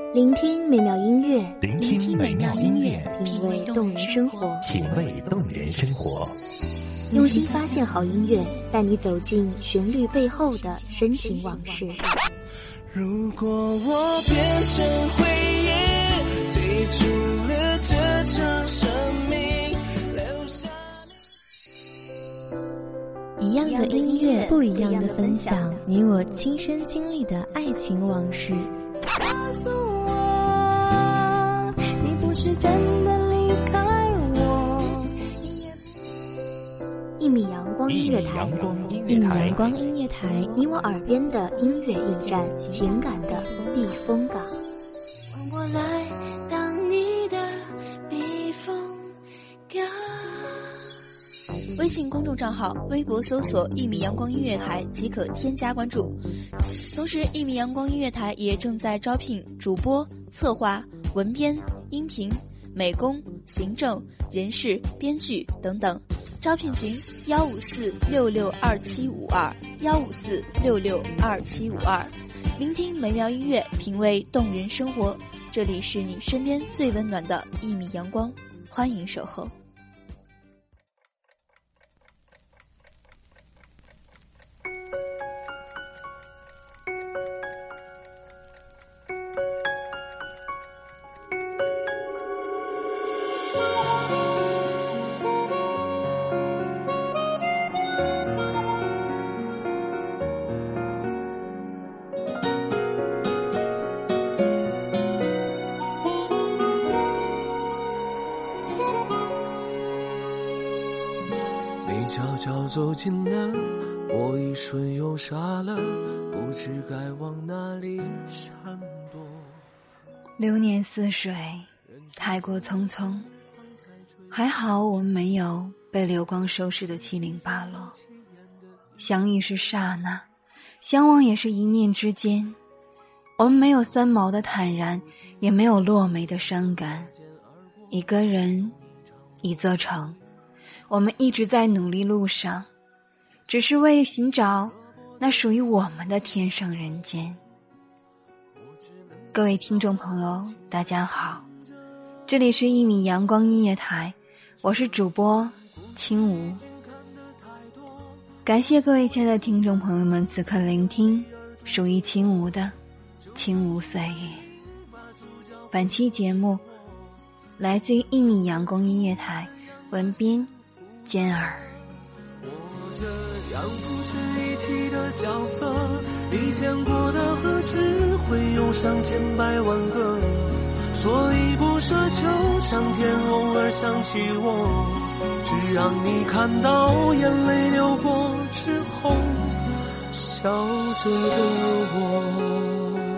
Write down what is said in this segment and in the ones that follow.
聆听美妙音乐， 聆听美妙音乐， 品味动人生活， 品味动人生活。 用心发现好音乐，带你走进旋律背后的深情往事。 如果我变成回忆，退出了这场生命，留下一样的音乐，不一样的分享，你我亲身经历的爱情往事。 告诉我，你不是真的离开我。 一米阳光音乐台， 一米阳光音乐台， 你我耳边的音乐驿站，情感的避风港。 换我来当你的避风港。 微信公众账号、微博搜索“一米阳光音乐台”即可添加关注。同时，一米阳光音乐台也正在招聘主播、策划、文编、音频、美工、行政、人事、编剧等等。招聘群154662752，154662752。聆听美妙音乐，品味动人生活。这里是你身边最温暖的一米阳光，欢迎守候。 悄悄走近了，我一瞬又傻了，不知该往哪里闪躲。 流年似水，太过匆匆，还好我们没有被流光收拾的七零八落。相遇是刹那，相忘也是一念之间。我们没有三毛的坦然，也没有落梅的伤感。一个人，一座城，我们一直在努力路上，只是为寻找那属于我们的天上人间。各位听众朋友，大家好，这里是一米阳光音乐台，我是主播清吴。感谢各位亲爱的听众朋友们此刻聆听属于清吴的清吴岁月。本期节目来自于一米阳光音乐台，文编娟儿。 我这样不值一提的角色，你见过的何止会有上千百万个，所以不奢求上天偶尔想起我，只让你看到眼泪流过之后笑着的我。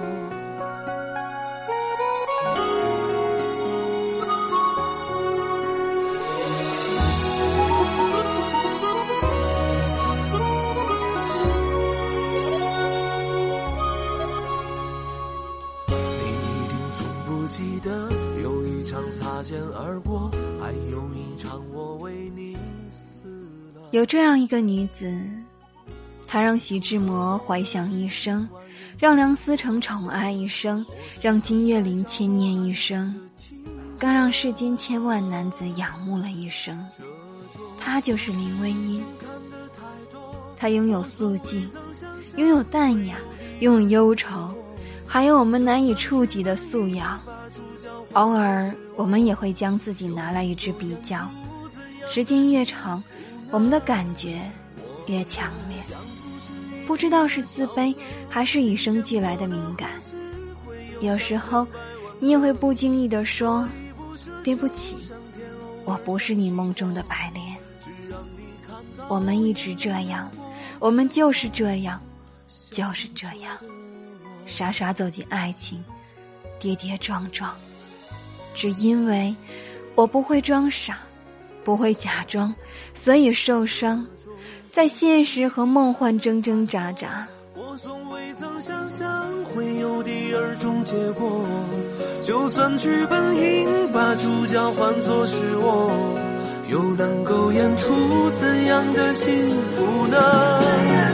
记得有一场擦肩而过，还有一场我为你死了。 有这样一个女子，她让徐志摩怀想一生，让梁思成宠爱一生，让金岳霖牵念一生，更让世间千万男子仰慕了一生。她就是林徽因。她拥有素净，拥有淡雅，拥有忧愁，还有我们难以触及的素养。偶尔我们也会将自己拿来与之比较，时间越长，我们的感觉越强烈，不知道是自卑还是与生俱来的敏感。有时候你也会不经意地说，对不起，我不是你梦中的白莲。我们一直这样，我们就是这样，就是这样，傻傻走进爱情，跌跌撞撞，只因为我不会装傻，不会假装，所以受伤，在现实和梦幻挣挣扎扎。 我从未曾想象会有第二种结果，就算剧本应把主角换作是我，又能够演出怎样的幸福呢？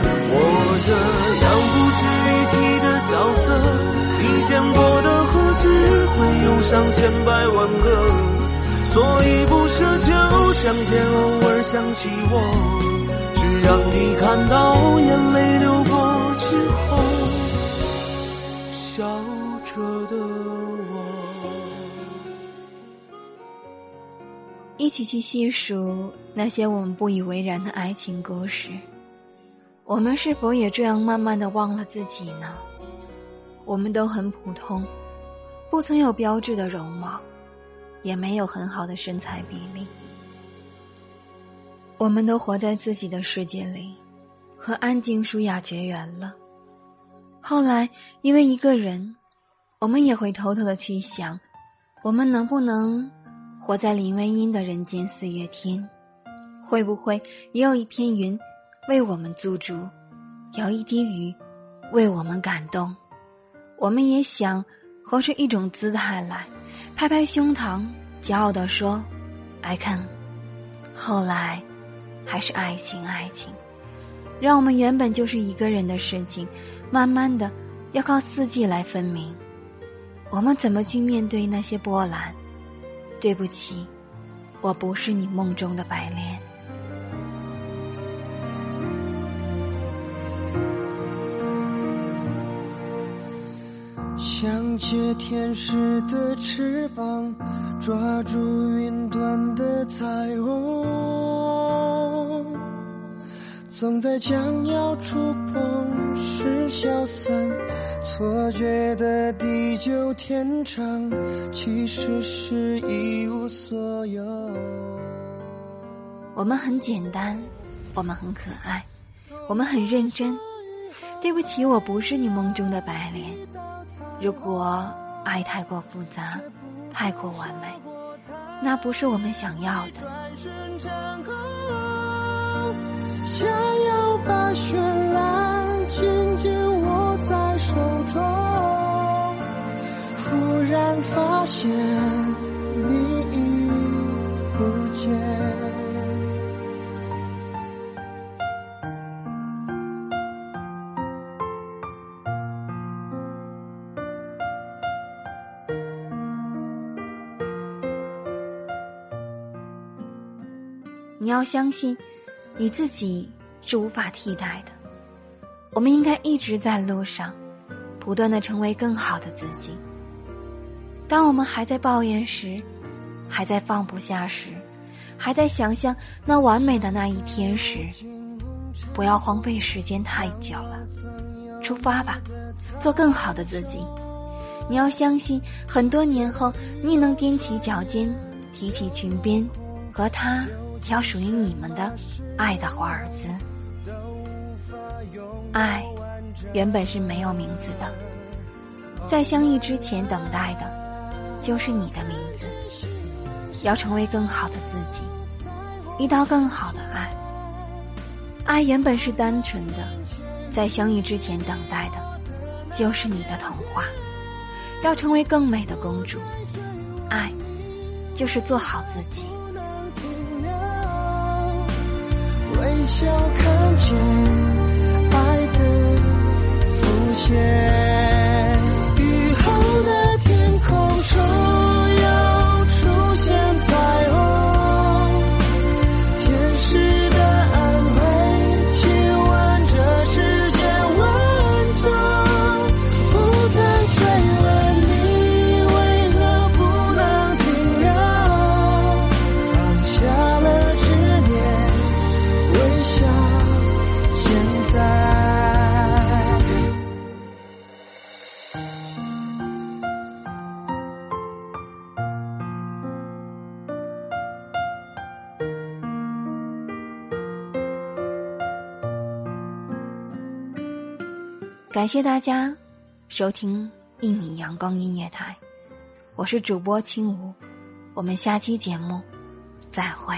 我这样不值一提的角色，你见过的何止会涌上千百万个，所以不奢求上天偶尔想起我，只让你看到眼泪流过之后笑着的我。 一起去细数那些我们不以为然的爱情故事，我们是否也这样慢慢地忘了自己呢？我们都很普通，不曾有标致的容貌，也没有很好的身材比例。我们都活在自己的世界里，和安静舒雅绝缘了。后来因为一个人，我们也会偷偷地去想，我们能不能活在林徽因的人间四月天？会不会也有一片云为我们驻足，有一滴雨为我们感动？我们也想活出一种姿态来，拍拍胸膛，骄傲地说 I can。 后来还是爱情，让我们原本就是一个人的事情，慢慢的要靠四季来分明。我们怎么去面对那些波澜？对不起，我不是你梦中的白莲。 想借天使的翅膀，抓住云端的彩虹，总在将要触碰时消散，错觉的地久天长，其实是一无所有。 我们很简单，我们很可爱，我们很认真。对不起，我不是你梦中的白莲。如果爱太过复杂，太过完美，那不是我们想要的。 想要把绚烂紧紧握在手中，忽然发现你已不见。 你要相信你自己是无法替代的。我们应该一直在路上，不断地成为更好的自己。当我们还在抱怨时，还在放不下时，还在想象那完美的那一天时，不要荒废时间太久了，出发吧，做更好的自己。你要相信很多年后，你能踮起脚尖，提起裙边，和他挑属于你们的爱的华尔兹。爱原本是没有名字的，在相遇之前等待的就是你的名字。要成为更好的自己，遇到更好的爱。爱原本是单纯的，在相遇之前等待的就是你的童话。要成为更美的公主，爱就是做好自己。 微笑看见爱的浮现，雨后的天空中又出现彩虹，天使的安慰亲吻着世间万种，不再追问你为何不能停留，放下了执念，微笑现在。 感谢大家收听1米阳光音乐台，我是主播清无，我们下期节目再会。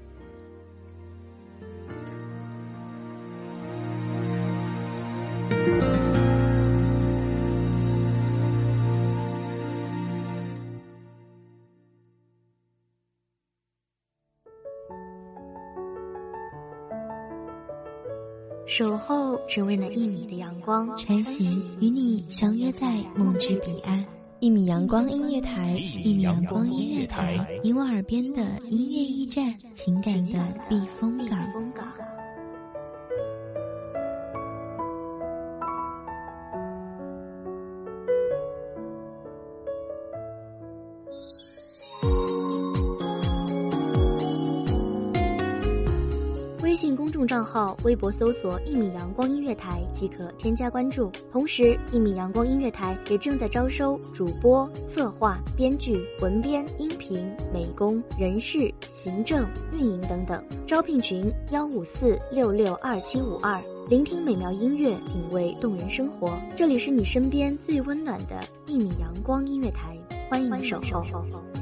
守候只为那1米的阳光， 晨曦与你相约在梦之彼岸。 一米阳光音乐台， 一米阳光音乐台， 你我耳边的音乐驿站，情感的避风港。 微信公众账号、微博搜索“一米阳光音乐台”即可添加关注。同时，一米阳光音乐台也正在招收主播、策划、编剧、文编、音频、美工、人事、行政、运营等等。招聘群154662752。聆听美妙音乐，品味动人生活。这里是你身边最温暖的一米阳光音乐台，欢迎守候。